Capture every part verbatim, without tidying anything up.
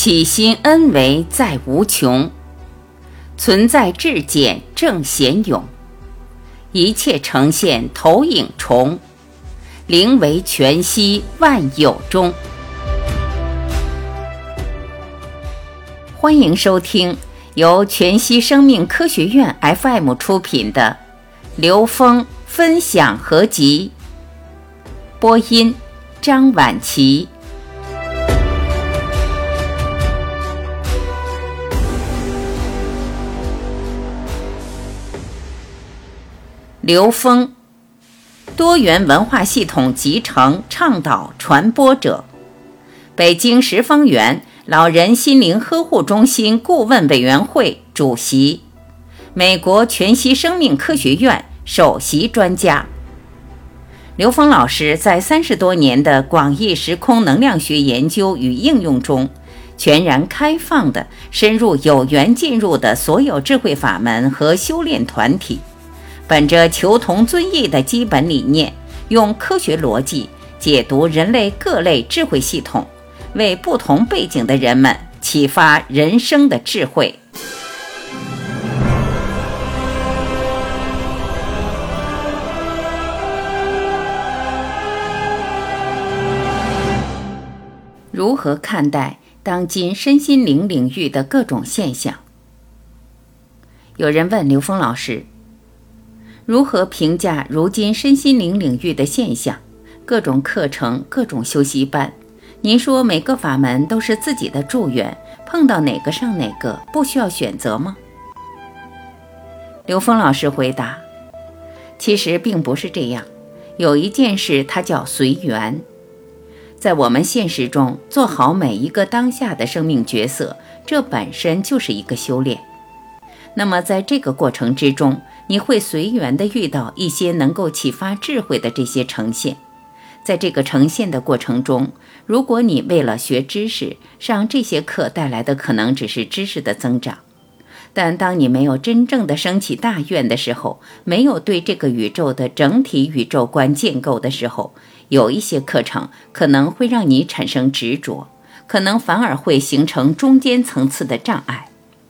起心恩为在无穷，存在至简正显勇，一切呈现投影重，灵为全息万有中。欢迎收听由全息生命科学院 F M 出品的刘峰分享合集，播音张婉琪。刘峰，多元文化系统集成倡导传播者，北京十方园老人心灵呵护中心顾问委员会主席，美国全息生命科学院首席专家。刘峰老师在三十多年的广义时空能量学研究与应用中，全然开放地深入有缘进入的所有智慧法门和修炼团体，本着求同尊异的基本理念，用科学逻辑解读人类各类智慧系统，为不同背景的人们启发人生的智慧。如何看待当今身心灵领域的各种现象？有人问刘峰老师，如何评价如今身心灵领域的现象？各种课程，各种修习班，您说每个法门都是自己的助缘，碰到哪个上哪个，不需要选择吗？刘峰老师回答，其实并不是这样，有一件事它叫随缘。在我们现实中做好每一个当下的生命角色，这本身就是一个修炼。那么在这个过程之中，你会随缘地遇到一些能够启发智慧的这些呈现。在这个呈现的过程中，如果你为了学知识，上这些课带来的可能只是知识的增长。但当你没有真正的升起大愿的时候，没有对这个宇宙的整体宇宙观建构的时候，有一些课程可能会让你产生执着，可能反而会形成中间层次的障碍。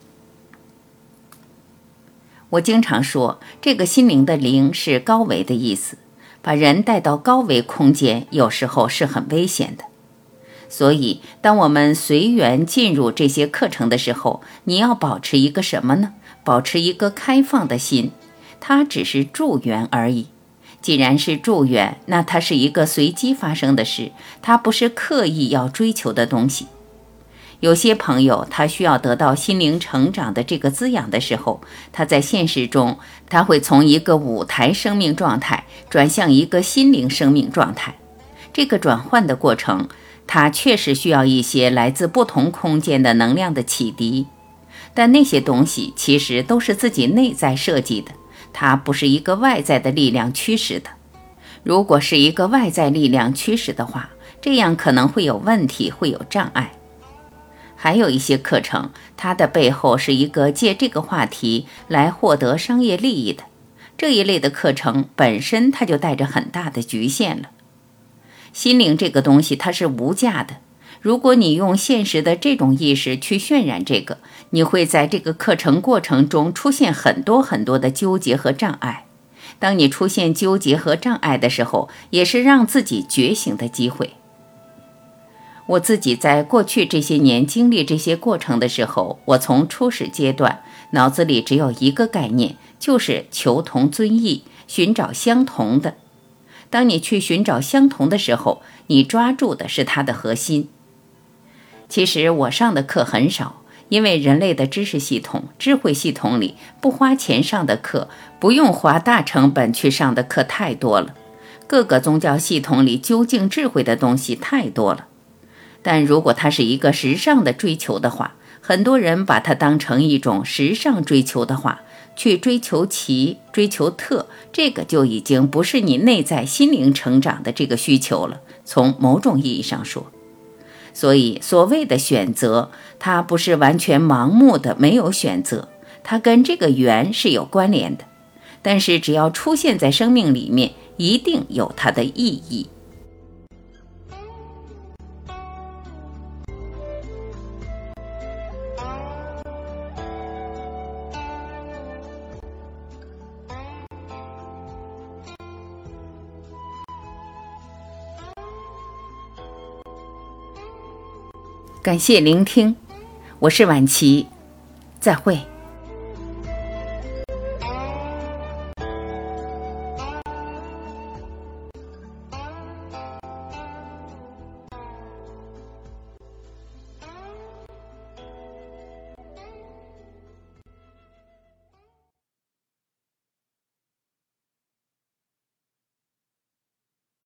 我经常说，这个心灵的灵是高维的意思，把人带到高维空间，有时候是很危险的。所以当我们随缘进入这些课程的时候，你要保持一个什么呢？保持一个开放的心，它只是助缘而已。既然是助缘，那它是一个随机发生的事，它不是刻意要追求的东西。有些朋友他需要得到心灵成长的这个滋养的时候，他在现实中他会从一个舞台生命状态转向一个心灵生命状态。这个转换的过程，它确实需要一些来自不同空间的能量的启迪，但那些东西其实都是自己内在设计的，它不是一个外在的力量驱使的。如果是一个外在力量驱使的话，这样可能会有问题，会有障碍。还有一些课程，它的背后是一个借这个话题来获得商业利益的，这一类的课程本身它就带着很大的局限了。心灵这个东西它是无价的，如果你用现实的这种意识去渲染这个，你会在这个课程过程中出现很多很多的纠结和障碍。当你出现纠结和障碍的时候，也是让自己觉醒的机会。我自己在过去这些年经历这些过程的时候，我从初始阶段脑子里只有一个概念，就是求同尊异，寻找相同的。当你去寻找相同的时候，你抓住的是它的核心。其实我上的课很少，因为人类的知识系统、智慧系统里不花钱上的课，不用花大成本去上的课太多了。各个宗教系统里究竟智慧的东西太多了。但如果它是一个时尚的追求的话，很多人把它当成一种时尚追求的话，去追求奇、追求特，这个就已经不是你内在心灵成长的这个需求了，从某种意义上说。所以所谓的选择，它不是完全盲目的没有选择，它跟这个缘是有关联的，但是只要出现在生命里面，一定有它的意义。 感谢聆听，我是婉琪，再会。